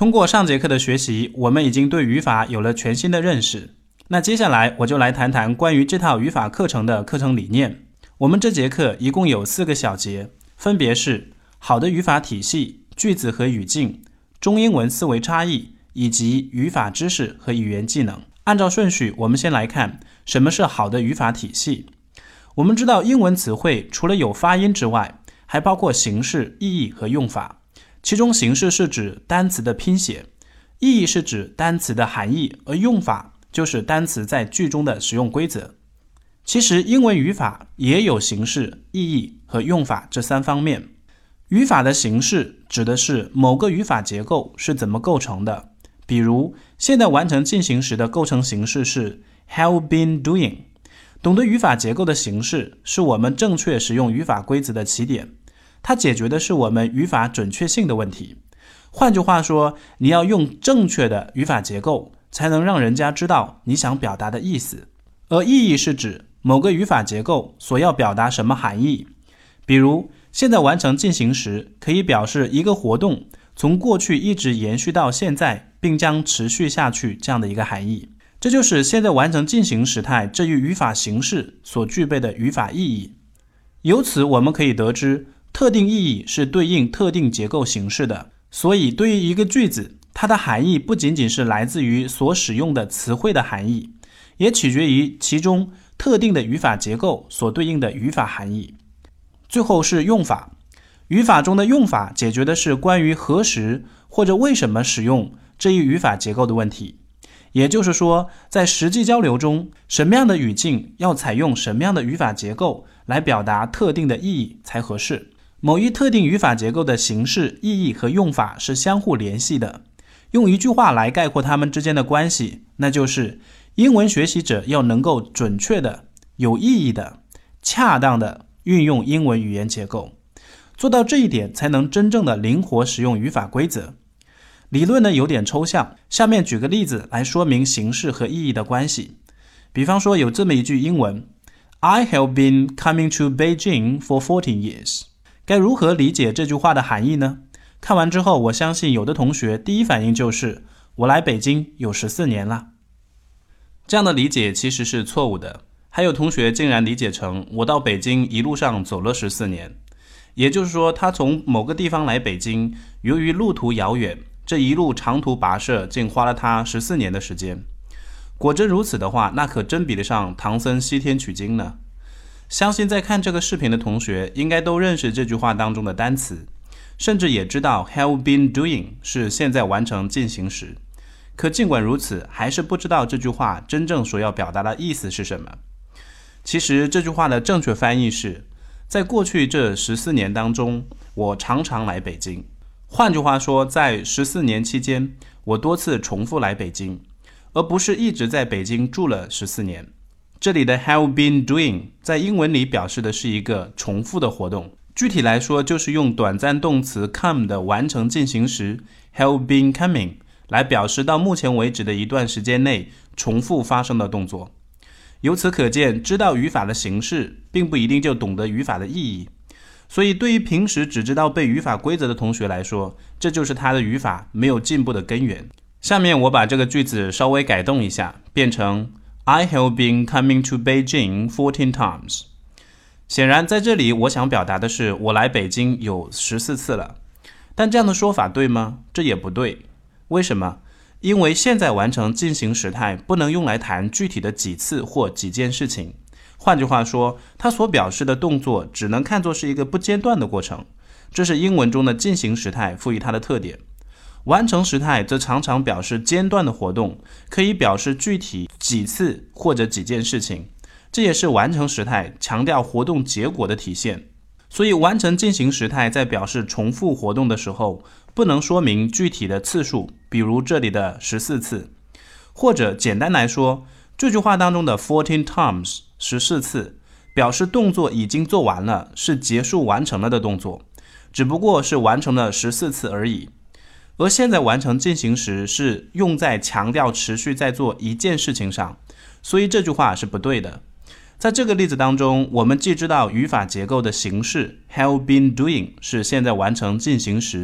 通过上节课的学习，我们已经对语法有了全新的认识。那接下来我就来谈谈关于这套语法课程的课程理念。我们这节课一共有4个小节，分别是好的语法体系、句子和语境、中英文思维差异以及语法知识和语言技能。按照顺序，我们先来看什么是好的语法体系。我们知道英文词汇除了有发音之外，还包括形式、意义和用法。其中形式是指单词的拼写，意义是指单词的含义，而用法就是单词在句中的使用规则。其实英文语法也有形式、意义和用法这3方面。语法的形式指的是某个语法结构是怎么构成的，比如现在完成进行时的构成形式是 have been doing。 懂得语法结构的形式是我们正确使用语法规则的起点，它解决的是我们语法准确性的问题。换句话说，你要用正确的语法结构，才能让人家知道你想表达的意思。而意义是指某个语法结构所要表达什么含义。比如现在完成进行时可以表示一个活动从过去一直延续到现在，并将持续下去这样的一个含义。这就是现在完成进行时态这一语法形式所具备的语法意义。由此我们可以得知，特定意义是对应特定结构形式的，所以对于一个句子，它的含义不仅仅是来自于所使用的词汇的含义，也取决于其中特定的语法结构所对应的语法含义。最后是用法，语法中的用法解决的是关于何时或者为什么使用这一语法结构的问题。也就是说，在实际交流中，什么样的语境要采用什么样的语法结构来表达特定的意义才合适。某一特定语法结构的形式、意义和用法是相互联系的。用一句话来概括它们之间的关系，那就是英文学习者要能够准确的、有意义的、恰当的运用英文语言结构。做到这一点，才能真正的灵活使用语法规则。理论呢有点抽象，下面举个例子来说明形式和意义的关系。比方说有这么一句英文 I have been coming to Beijing for 14 years。该如何理解这句话的含义呢？看完之后，我相信有的同学第一反应就是我来北京有14年了。这样的理解其实是错误的。还有同学竟然理解成我到北京一路上走了14年。也就是说，他从某个地方来北京，由于路途遥远，这一路长途跋涉竟花了他14年的时间。果真如此的话，那可真比得上唐僧西天取经呢。相信在看这个视频的同学应该都认识这句话当中的单词，甚至也知道 have been doing 是现在完成进行时。可尽管如此，还是不知道这句话真正所要表达的意思是什么。其实这句话的正确翻译是，在过去这14年当中，我常常来北京。换句话说，在14年期间，我多次重复来北京，而不是一直在北京住了14年。这里的 have been doing 在英文里表示的是一个重复的活动，具体来说就是用短暂动词 come 的完成进行时 have been coming 来表示到目前为止的一段时间内重复发生的动作。由此可见，知道语法的形式并不一定就懂得语法的意义。所以对于平时只知道背语法规则的同学来说，这就是他的语法没有进步的根源。下面我把这个句子稍微改动一下，变成I have been coming to Beijing 14 times。 显然在这里我想表达的是我来北京有14次了。但这样的说法对吗？这也不对。为什么？因为现在完成进行时态不能用来谈具体的几次或几件事情。换句话说，它所表示的动作只能看作是一个不间断的过程。这是英文中的进行时态赋予它的特点。完成时态则常常表示间断的活动，可以表示具体几次或者几件事情。这也是完成时态强调活动结果的体现。所以完成进行时态在表示重复活动的时候，不能说明具体的次数，比如这里的14次。或者简单来说，这句话当中的14 times 14次表示动作已经做完了，是结束完成了的动作，只不过是完成了14次而已。而现在完成进行时是用在强调持续在做一件事情上，所以这句话是不对的。在这个例子当中，我们既知道语法结构的形式 have been doing 是现在完成进行时，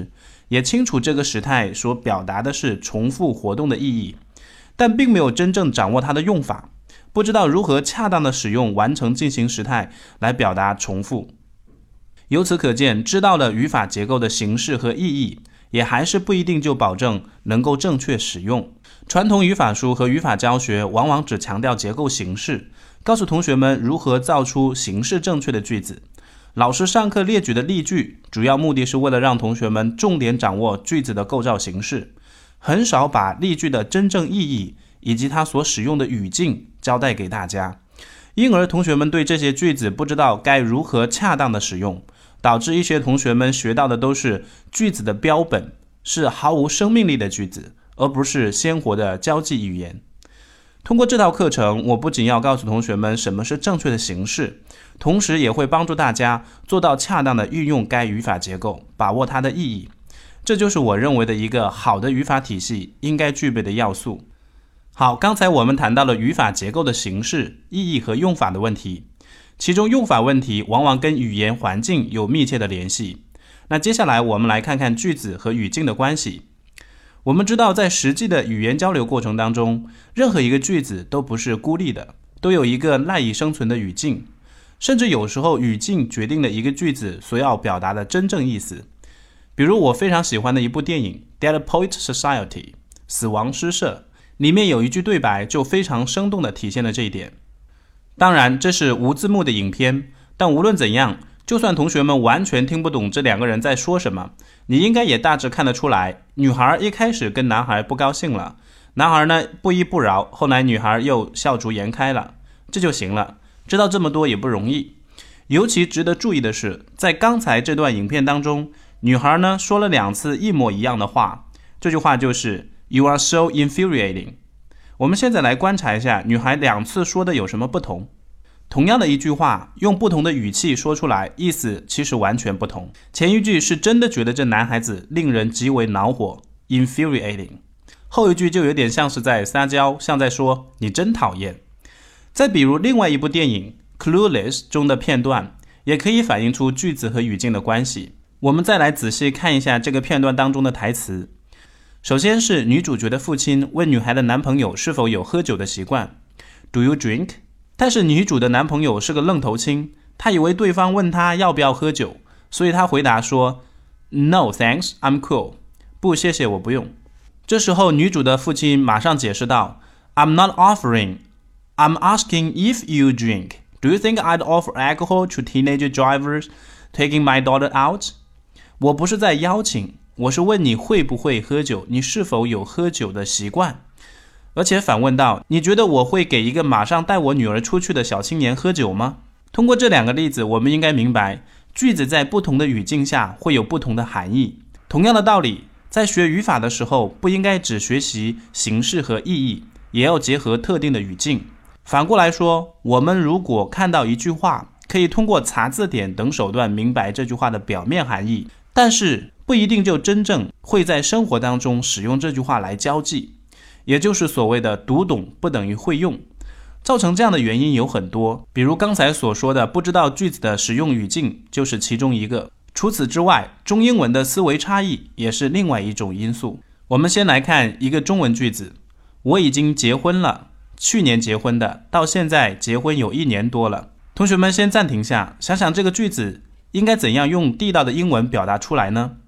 也清楚这个时态所表达的是重复活动的意义，但并没有真正掌握它的用法，不知道如何恰当的使用完成进行时态来表达重复。由此可见，知道了语法结构的形式和意义，也还是不一定就保证能够正确使用。传统语法书和语法教学往往只强调结构形式，告诉同学们如何造出形式正确的句子。老师上课列举的例句，主要目的是为了让同学们重点掌握句子的构造形式，很少把例句的真正意义以及它所使用的语境交代给大家，因而同学们对这些句子不知道该如何恰当的使用，导致一些同学们学到的都是句子的标本，是毫无生命力的句子，而不是鲜活的交际语言。通过这套课程，我不仅要告诉同学们什么是正确的形式，同时也会帮助大家做到恰当的运用该语法结构，把握它的意义。这就是我认为的一个好的语法体系应该具备的要素。好，刚才我们谈到了语法结构的形式、意义和用法的问题，其中用法问题往往跟语言环境有密切的联系。那接下来我们来看看句子和语境的关系。我们知道，在实际的语言交流过程当中，任何一个句子都不是孤立的，都有一个赖以生存的语境，甚至有时候语境决定了一个句子所要表达的真正意思。比如我非常喜欢的一部电影《Dead Poet Society》死亡诗社，里面有一句对白就非常生动地体现了这一点。当然这是无字幕的影片，但无论怎样，就算同学们完全听不懂这两个人在说什么，你应该也大致看得出来，女孩一开始跟男孩不高兴了，男孩呢不依不饶，后来女孩又笑逐颜开了，这就行了。知道这么多也不容易。尤其值得注意的是，在刚才这段影片当中，女孩呢说了2次一模一样的话，这句话就是 You are so infuriating。 我们现在来观察一下女孩2次说的有什么不同。同样的一句话，用不同的语气说出来，意思其实完全不同。前一句是真的觉得这男孩子令人极为恼火 infuriating， 后一句就有点像是在撒娇，像在说你真讨厌。再比如另外一部电影 Clueless 中的片段，也可以反映出句子和语境的关系。我们再来仔细看一下这个片段当中的台词。首先是女主角的父亲问女孩的男朋友是否有喝酒的习惯 Do you drink？但是女主的男朋友是个愣头青，他以为对方问他要不要喝酒，所以他回答说 No thanks, I'm cool。 不谢谢，我不用。这时候女主的父亲马上解释道 I'm not offering, I'm asking if you drink. Do you think I'd offer alcohol to teenage drivers taking my daughter out？ 我不是在邀请，我是问你会不会喝酒，你是否有喝酒的习惯。而且反问道，你觉得我会给一个马上带我女儿出去的小青年喝酒吗？通过这2个例子，我们应该明白，句子在不同的语境下会有不同的含义。同样的道理，在学语法的时候，不应该只学习形式和意义，也要结合特定的语境。反过来说，我们如果看到一句话，可以通过查字典等手段明白这句话的表面含义，但是不一定就真正会在生活当中使用这句话来交际。也就是所谓的读懂不等于会用。造成这样的原因有很多，比如刚才所说的不知道句子的使用语境就是其中一个。除此之外，中英文的思维差异也是另外一种因素。我们先来看一个中文句子，我已经结婚了，去年结婚的，到现在结婚有1年多了。同学们先暂停下，想想这个句子应该怎样用地道的英文表达出来呢？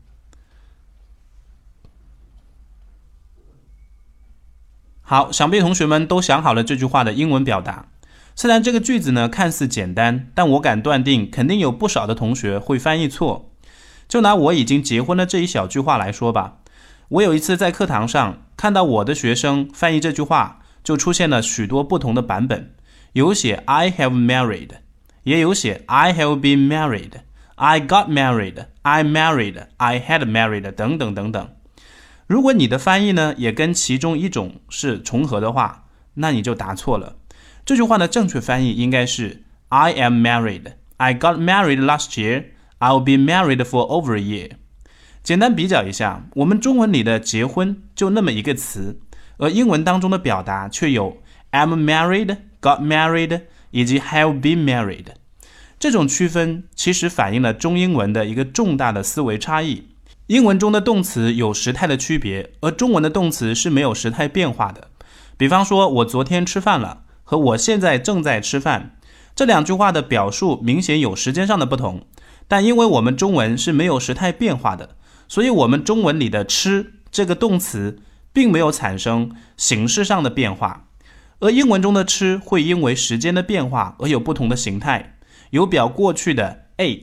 好，想必同学们都想好了这句话的英文表达。虽然这个句子呢看似简单，但我敢断定肯定有不少的同学会翻译错。就拿我已经结婚了这一小句话来说吧，我有一次在课堂上看到我的学生翻译这句话，就出现了许多不同的版本，有写 I have married， 也有写 I have been married， I got married， I married， I had married 等等等等。如果你的翻译呢也跟其中一种是重合的话，那你就答错了。这句话的正确翻译应该是 I am married, I got married last year, I'll be married for over a year。 简单比较一下，我们中文里的结婚就那么一个词，而英文当中的表达却有 am married, got married 以及 have been married。 这种区分其实反映了中英文的一个重大的思维差异。 英文中的动词有时态的区别，而中文的动词是没有时态变化的。比方说我昨天吃饭了和我现在正在吃饭，这两句话的表述明显有时间上的不同，但因为我们中文是没有时态变化的，所以我们中文里的吃这个动词并没有产生形式上的变化，而英文中的吃会因为时间的变化而有不同的形态，有表过去的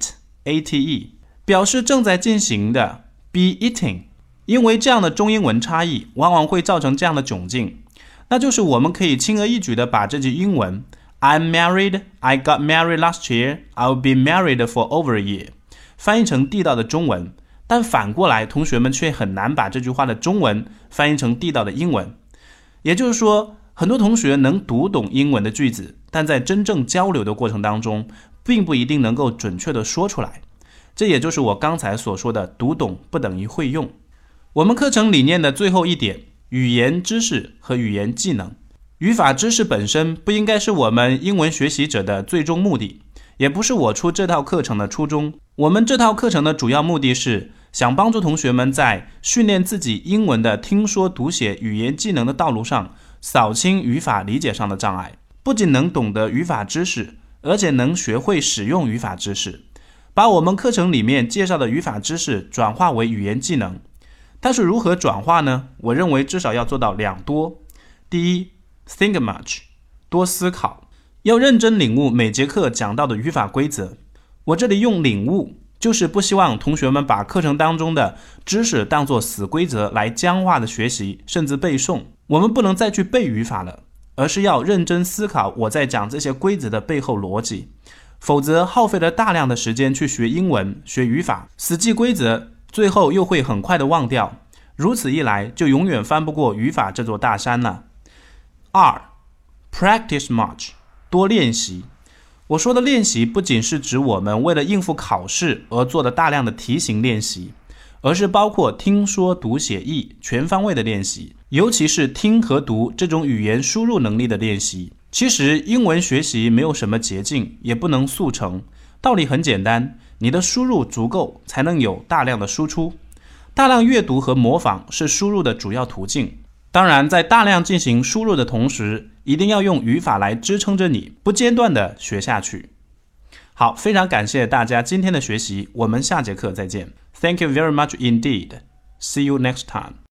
ate 表示正在进行的 be eating。 因为这样的中英文差异往往会造成这样的窘境，那就是我们可以轻而易举地把这句英文 I'm married, I got married last year, I'll be married for over a year 翻译成地道的中文，但反过来同学们却很难把这句话的中文翻译成地道的英文。也就是说，很多同学能读懂英文的句子，但在真正交流的过程当中并不一定能够准确地说出来。这也就是我刚才所说的读懂不等于会用。我们课程理念的最后一点，语言知识和语言技能。语法知识本身不应该是我们英文学习者的最终目的，也不是我出这套课程的初衷。我们这套课程的主要目的是想帮助同学们在训练自己英文的听说读写语言技能的道路上扫清语法理解上的障碍，不仅能懂得语法知识，而且能学会使用语法知识，把我们课程里面介绍的语法知识转化为语言技能。但是如何转化呢？我认为至少要做到两多。第一， think much 多思考，要认真领悟每节课讲到的语法规则。我这里用领悟，就是不希望同学们把课程当中的知识当作死规则来僵化的学习，甚至背诵。我们不能再去背语法了，而是要认真思考我在讲这些规则的背后逻辑，否则耗费了大量的时间去学英文、学语法，死记规则，最后又会很快的忘掉，如此一来就永远翻不过语法这座大山了。2. Practice much 多练习。我说的练习不仅是指我们为了应付考试而做的大量的题型练习，而是包括听说读写译全方位的练习，尤其是听和读这种语言输入能力的练习。其实英文学习没有什么捷径，也不能速成，道理很简单，你的输入足够才能有大量的输出。大量阅读和模仿是输入的主要途径，当然在大量进行输入的同时，一定要用语法来支撑着你不间断的学下去。好，非常感谢大家今天的学习，我们下节课再见。Thank you very much indeed. See you next time.